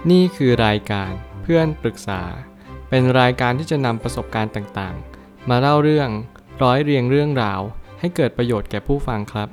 นี่คือรายการเพื่อนปรึกษาเป็นรายการที่จะนำประสบการณ์ต่างๆมาเล่าเรื่องร้อยเรียงเรื่องราวให้เกิดประโยชน์แก่ผู้ฟังครับ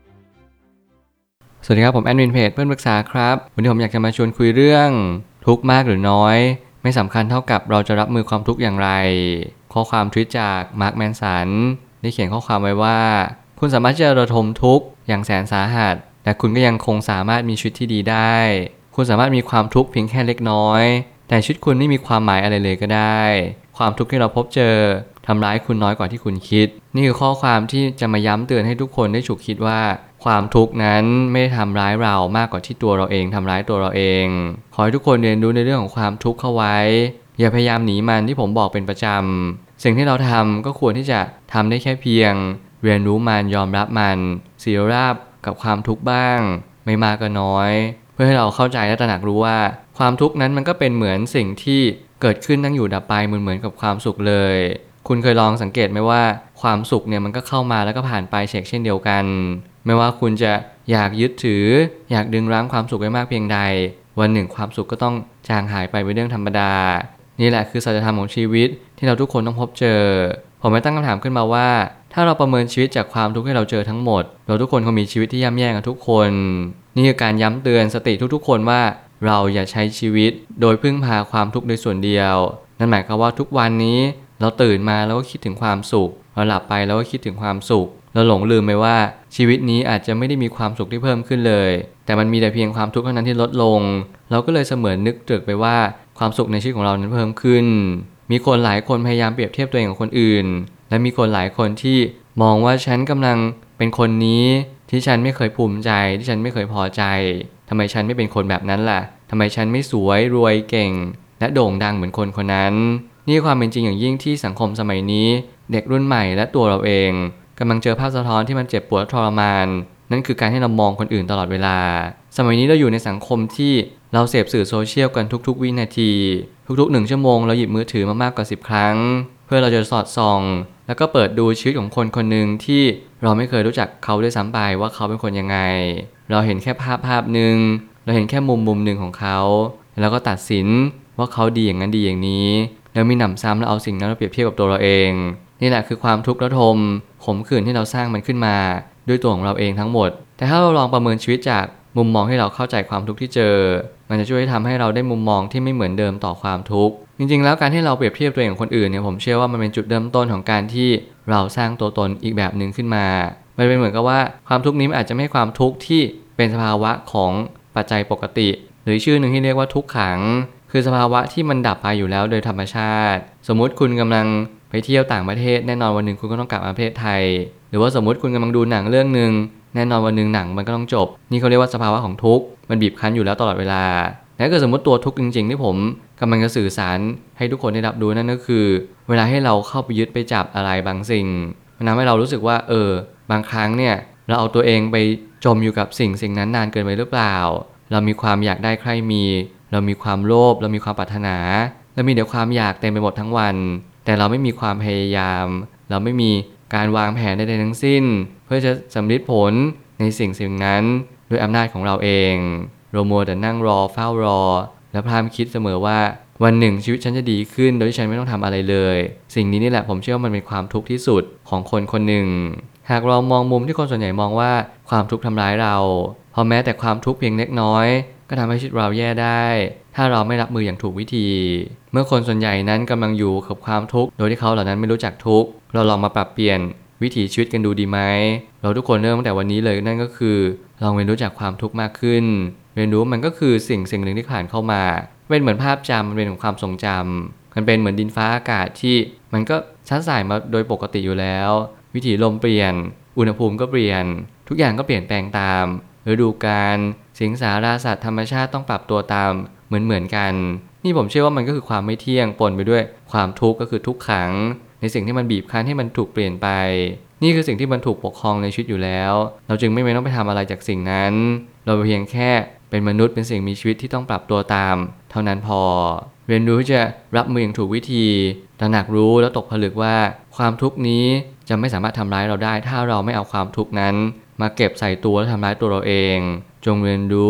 สวัสดีครับผมแอดมินเพจเพื่อนปรึกษาครับวันนี้ผมอยากจะมาชวนคุยเรื่องทุกข์มากหรือน้อยไม่สำคัญเท่ากับเราจะรับมือความทุกข์อย่างไรข้อความทวิตจากมาร์คแมนสันได้เขียนข้อความไว้ว่าคุณสามารถที่จะระทมทุกข์อย่างแสนสาหัสแต่คุณก็ยังคงสามารถมีชีวิตที่ดีได้คุณสามารถมีความทุกข์เพียงแค่เล็กน้อยแต่ชีวิตคุณไม่มีความหมายอะไรเลยก็ได้ความทุกข์ที่เราพบเจอทำร้ายคุณน้อยกว่าที่คุณคิดนี่คือข้อความที่จะมาย้ำเตือนให้ทุกคนได้ฉุกคิดว่าความทุกข์นั้นไม่ได้ทำร้ายเรามากกว่าที่ตัวเราเองทำร้ายตัวเราเองขอให้ทุกคนเรียนรู้ในเรื่องของความทุกข์เข้าไว้อย่าพยายามหนีมันที่ผมบอกเป็นประจำสิ่งที่เราทำก็ควรที่จะทำได้แค่เพียงเรียนรู้มันยอมรับมันเสียราบกับความทุกข์บ้างไม่มากก็น้อยเพื่อให้เราเข้าใจและตระหนักรู้ว่าความทุกข์นั้นมันก็เป็นเหมือนสิ่งที่เกิดขึ้นตั้งอยู่ดับไปเหมือนกับความสุขเลยคุณเคยลองสังเกตไหมว่าความสุขเนี่ยมันก็เข้ามาแล้วก็ผ่านไปเช่นเดียวกันไม่ว่าคุณจะอยากยึดถืออยากดึงรั้งความสุขไว้มากเพียงใดวันหนึ่งความสุขก็ต้องจางหายไปเป็นเรื่องธรรมดานี่แหละคือสัจธรรมของชีวิตที่เราทุกคนต้องพบเจอผมไม่ตั้งคำถามขึ้นมาว่าถ้าเราประเมินชีวิตจากความทุกข์ที่เราเจอทั้งหมดเราทุกคนคงมีชีวิตที่ย่ำแย่กันทุกคนนี่คือการย้ำเตือนสติทุกๆคนว่าเราอย่าใช้ชีวิตโดยพึ่งพาความทุกข์โดยส่วนเดียวนั่นหมายความว่าทุกวันนี้เราตื่นมาแล้วก็คิดถึงความสุขเราหลับไปแล้วก็คิดถึงความสุขเราหลงลืมไปว่าชีวิตนี้อาจจะไม่ได้มีความสุขที่เพิ่มขึ้นเลยแต่มันมีแต่เพียงความทุกข์เท่านั้นที่ลดลงเราก็เลยเสมือนนึกตรึกไปว่าความสุขในชีวิตของเรานั้นเพิ่มขึ้นมีคนหลายคนพยายามเปรียบเทียบตัวเองกับคนอื่นและมีคนหลายคนที่มองว่าฉันกำลังเป็นคนนี้ที่ฉันไม่เคยภูมิใจที่ฉันไม่เคยพอใจทำไมฉันไม่เป็นคนแบบนั้นล่ะทำไมฉันไม่สวยรวยเก่งและโด่งดังเหมือนคนคนนั้นนี่ความเป็นจริงอย่างยิ่งที่สังคมสมัยนี้เด็กรุ่นใหม่และตัวเราเองกำลังเจอภาพสะท้อนที่มันเจ็บปวดทรมานนั่นคือการให้เรามองคนอื่นตลอดเวลาสมัยนี้เราอยู่ในสังคมที่เราเสพสื่อโซเชียลกันทุกๆวินาทีทุกๆ1 ชั่วโมงเราหยิบมือถือมามากกว่า10 ครั้งเพื่อเราจะสอดส่องแล้วก็เปิดดูชีวิตของคนคนหนึ่งที่เราไม่เคยรู้จักเขาด้วยซ้ำไปว่าเขาเป็นคนยังไงเราเห็นแค่ภาพหนึ่งเราเห็นแค่มุมหนึ่งของเขาแล้วก็ตัดสินว่าเขาดีอย่างนั้นดีอย่างนี้แล้วมีหนำซ้ำแล้วเอาสิ่งนั้นมาเปรียบเทียบกับตัวเราเองนี่แหละคือความทุกข์ระทมขมขื่นที่เราสร้างมันขึ้นมาด้วยตัวของเราเองทั้งหมดแต่ถ้าเราลองประเมินชีวิตจากมุมมองที่เราเข้าใจความทุกข์ที่เจอมันจะช่วยทำให้เราได้มุมมองที่ไม่เหมือนเดิมต่อความทุกข์จริงๆแล้วการที่เราเปรียบเทียบตัวเองกับคนอื่นเนี่ยผมเชื่อว่ามันเป็นจุดเริ่มต้นของการที่เราสร้างตัวตนอีกแบบหนึ่งขึ้นมามันเป็นเหมือนกับว่าความทุกข์นี้มันอาจจะไม่ใช่ความทุกข์ที่เป็นสภาวะของปัจจัยปกติหรือชื่อหนึ่งที่เรียกว่าทุกขังคือสภาวะที่มันดับไปอยู่แล้วโดยธรรมชาติสมมุติคุณกำลังไปเที่ยวต่างประเทศแน่นอนวันหนึ่งคุณก็ต้องกลับมาประเทศไทยหรือว่าสมมุติคุณกำลังดูหนังเรื่องนึงแน่นอนวันหนึ่งหนังมันก็ต้องจบนี่เขาเรียกว่าสภาวะของทุกข์มันบีบคั้นอยู่แล้วตลอดเวลาและถ้าเกิดสมมติตัวทุกข์จริงๆที่ผมกำลังจะสื่อสารให้ทุกคนได้รับรู้นั่นก็คือเวลาให้เราเข้าไปยึดไปจับอะไรบางสิ่งมันทำให้เรารู้สึกว่าบางครั้งเนี่ยเราเอาตัวเองไปจมอยู่กับสิ่งนั้นนานเกินไปหรือเปล่าเรามีความอยากได้ใครมีเรามีความโลภเรามีความปรารถนาเรามีแต่ความอยากเต็มไปหมดทั้งวันแต่เราไม่มีความพยายามเราไม่มีการวางแผนใดๆทั้งสิ้นเพื่อจะสำลิดผลในสิ่งนั้นด้วยอำนาจของเราเองเรามัวแต่นั่งรอเฝ้ารอและพยายามคิดเสมอว่าวันหนึ่งชีวิตฉันจะดีขึ้นโดยที่ฉันไม่ต้องทำอะไรเลยสิ่งนี้นี่แหละผมเชื่อว่ามันเป็นความทุกข์ที่สุดของคนคนหนึ่งหากเรามองมุมที่คนส่วนใหญ่มองว่าความทุกข์ทำร้ายเราพอแม้แต่ความทุกข์เพียงเล็กน้อยก็ทำให้ชีวิตเราแย่ได้ถ้าเราไม่รับมืออย่างถูกวิธีเมื่อคนส่วนใหญ่นั้นกำลังอยู่กับความทุกข์โดยที่เขาเหล่านั้นไม่รู้จักทุกข์เราลองมาปรับเปลี่ยนวิถีชีวิตกันดูดีไหมเราทุกคนเริ่มตั้งแต่วันนี้เลยนั่นก็คือลองเรียนรู้จักความทุกข์มากขึ้นเรียนรู้มันก็คือสิ่งหนึ่งที่ผ่านเข้ามาเป็นเหมือนภาพจำมันเป็นของความทรงจำมันเป็นเหมือนดินฟ้าอากาศที่มันก็ชัดสายมาโดยปกติอยู่แล้ววิถีลมเปลี่ยนอุณหภูมิก็เปลี่ยนทุกอย่างก็เปลี่ยนแปลงตามฤดูกาลสิงสาราสัตว์ธรรมชาติต้องปรับตัวตามเหมือนกันนี่ผมเชื่อว่ามันก็คือความไม่เที่ยงปนไปด้วยความทุกข์ก็คือทุกขังในสิ่งที่มันบีบคั้นให้มันถูกเปลี่ยนไปนี่คือสิ่งที่มันถูกปกครองในชีวิตอยู่แล้วเราจึงไม่ต้องไปทำอะไรจากสิ่งนั้นเราเพียงแค่เป็นมนุษย์เป็นสิ่งมีชีวิตที่ต้องปรับตัวตามเท่านั้นพอเรียนรู้ที่จะรับมืออย่างถูกวิธีตระหนักรู้แล้วตกผลึกว่าความทุกข์นี้จะไม่สามารถทำร้ายเราได้ถ้าเราไม่เอาความทุกข์นั้นมาเก็บใส่ตัวและทำร้ายตัวเราเองจงเรียนรู้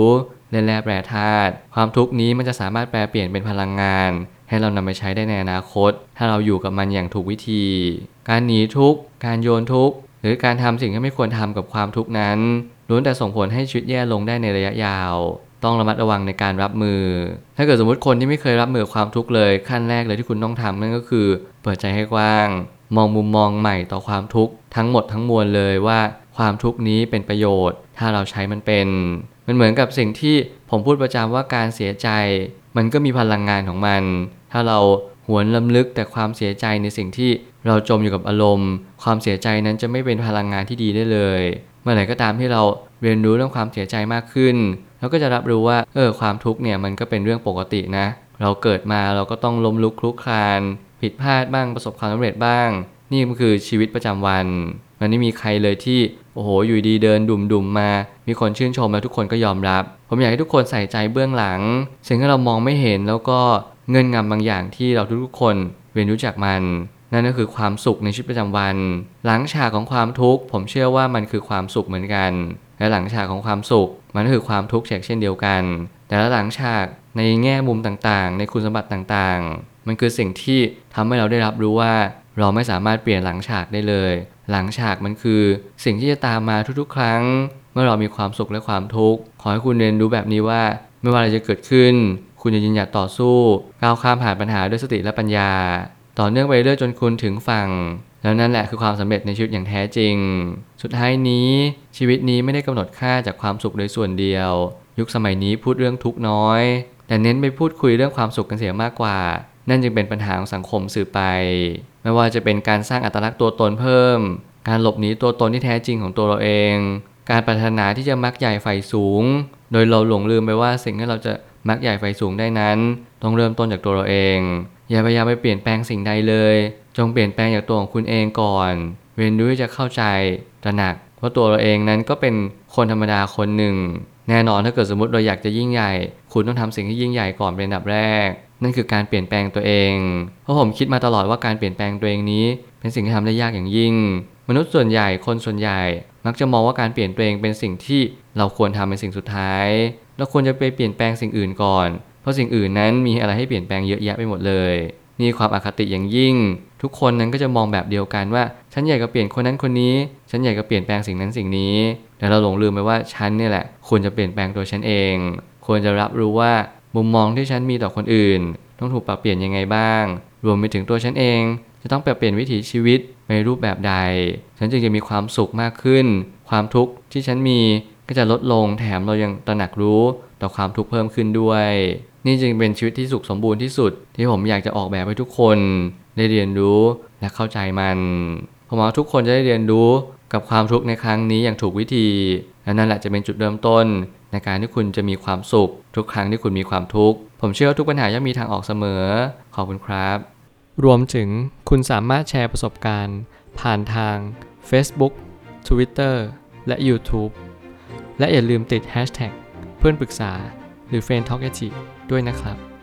เล่นแร่แปรธาตุความทุกข์นี้มันจะสามารถแปลเปลี่ยนเป็นพลังงานให้เรานำไปใช้ได้ในอนาคตถ้าเราอยู่กับมันอย่างถูกวิธีการหนีทุกข์การโยนทุกข์หรือการทำสิ่งที่ไม่ควรทำกับความทุกข์นั้นล้วนแต่ส่งผลให้ชีวิตแย่ลงได้ในระยะยาวต้องระมัดระวังในการรับมือถ้าเกิดสมมติคนที่ไม่เคยรับมือความทุกข์เลยขั้นแรกเลยที่คุณต้องทำนั่นก็คือเปิดใจให้กว้างมองมุมมองใหม่ต่อความทุกข์ทั้งหมดทั้งมวลเลยว่าความทุกข์นี้เป็นประโยชน์ถ้าเราใช้มันเป็นมันเหมือนกับสิ่งที่ผมพูดประจำว่าการเสียใจมันก็มีพลังงานของมันถ้าเราหวนรำลึกแต่ความเสียใจในสิ่งที่เราจมอยู่กับอารมณ์ความเสียใจนั้นจะไม่เป็นพลังงานที่ดีได้เลยเมื่อไหร่ก็ตามที่เราเรียนรู้เรื่องความเสียใจมากขึ้นเราก็จะรับรู้ว่าความทุกข์เนี่ยมันก็เป็นเรื่องปกตินะเราเกิดมาเราก็ต้องล้มลุกคลุกคลานผิดพลาดบ้างประสบความสำเร็จบ้างนี่มันคือชีวิตประจำวันมันไม่มีใครเลยที่โอ้โหอยู่ดีเดินดุ่มๆมามีคนชื่นชมแล้วทุกคนก็ยอมรับผมอยากให้ทุกคนใส่ใจเบื้องหลังสิ่งที่เรามองไม่เห็นแล้วก็เงื่อนงำบางอย่างที่เราทุกๆคนเรียนรู้จากมันนั่นก็คือความสุขในชีวิตประจำวันหลังฉากของความทุกข์ผมเชื่อว่ามันคือความสุขเหมือนกันและหลังฉากของความสุขมันก็คือความทุกข์เช่นเดียวกันแต่ละหลังฉากในแง่มุมต่างๆในคุณสมบัติต่างๆมันคือสิ่งที่ทำให้เราได้รับรู้ว่าเราไม่สามารถเปลี่ยนหลังฉากได้เลยหลังฉากมันคือสิ่งที่จะตามมาทุกๆครั้งเมื่อเรามีความสุขและความทุกข์ขอให้คุณเรียนรู้แบบนี้ว่าไม่ว่าอะไรจะเกิดขึ้นคุณจะยืนหยัดต่อสู้ก้าวข้ามผ่านปัญหาด้วยสติและปัญญาต่อเนื่องไปเรื่อยจนคุณถึงฝั่งแล้วนั่นแหละคือความสำเร็จในชีวิตอย่างแท้จริงสุดท้ายนี้ชีวิตนี้ไม่ได้กำหนดค่าจากความสุขโดยส่วนเดียวยุคสมัยนี้พูดเรื่องทุกข์น้อยแต่เน้นไปพูดคุยเรื่องความสุขกันเสียมากกว่านั่นจึงเป็นปัญหาของสังคมสื่อไปไม่ว่าจะเป็นการสร้างอัตลักษณ์ตัวตนเพิ่มการหลบหนีตัวตนที่แท้จริงของตัวเราเองการปรารถนาที่จะมักใหญ่ใฝ่สูงโดยเราหลงลืมไปว่าสิ่งที่เราจะมักใหญ่ไฟสูงได้นั้นต้องเริ่มต้นจากตัวเราเองอย่าพยายามไปเปลี่ยนแปลงสิ่งใดเลยจงเปลี่ยนแปลงจากตัวของคุณเองก่อนเรียนรู้ที่จะเข้าใจตระหนักว่าตัวเราเองนั้นก็เป็นคนธรรมดาคนหนึ่งแน่นอนถ้าเกิดสมมติเราอยากจะยิ่งใหญ่คุณต้องทำสิ่งที่ยิ่งใหญ่ก่อนเป็นอันดับแรกนั่นคือการเปลี่ยนแปลงตัวเองเพราะผมคิดมาตลอดว่าการเปลี่ยนแปลงตัวเองนี้เป็นสิ่งที่ทำได้ยากอย่างยิ่งมนุษย์ส่วนใหญ่คนส่วนใหญ่มักจะมองว่าการเปลี่ยนตัวเองเป็นสิ่งที่เราควรทำเป็นสิ่งสุดท้ายเราควรจะไปเปลี่ยนแปลงสิ่งอื่นก่อนเพราะสิ่งอื่นนั้นมีอะไรให้เปลี่ยนแปลงเยอะแยะไปหมดเลยนี่ความอคติอย่างยิ่งทุกคนนั้นก็จะมองแบบเดียวกันว่าฉันอยากจะเปลี่ยนคนนั้นคนนี้ฉันอยากจะเปลี่ยนแปลงสิ่งนั้นสิ่งนี้แต่เราหลงลืมไปว่าฉันเนี่ยแหละควรจะเปลี่ยนแปลงตัวฉันเองควรจะรับรู้ว่ามุมมองที่ฉันมีต่อคนอื่นต้องถูกปรับเปลี่ยนยังไงบ้างรวมไปถึงตัวฉันเองจะต้องปรับเปลี่ยนวิถีชีวิตในรูปแบบใดฉันจึงจะมีความสุขมากขึ้นความทุกข์ที่ฉันมีก็จะลดลงแถมเรายังตระหนักรู้ต่อความทุกข์เพิ่มขึ้นด้วยนี่จึงเป็นชีวิตที่สุขสมบูรณ์ที่สุดที่ผมอยากจะออกแบบให้ทุกคนได้เรียนรู้และเข้าใจมันผมหวังทุกคนจะได้เรียนรู้กับความทุกข์ในครั้งนี้อย่างถูกวิธีและนั่นแหละจะเป็นจุดเริ่มต้นในการที่คุณจะมีความสุขทุกครั้งที่คุณมีความทุกข์ผมเชื่อว่าทุกปัญหาย่อมมีทางออกเสมอขอบคุณครับรวมถึงคุณสามารถแชร์ประสบการณ์ผ่านทาง Facebook Twitter และ YouTube และอย่าลืมติด Hashtag เพื่อนปรึกษาหรือ Friend Talk ด้วยนะครับ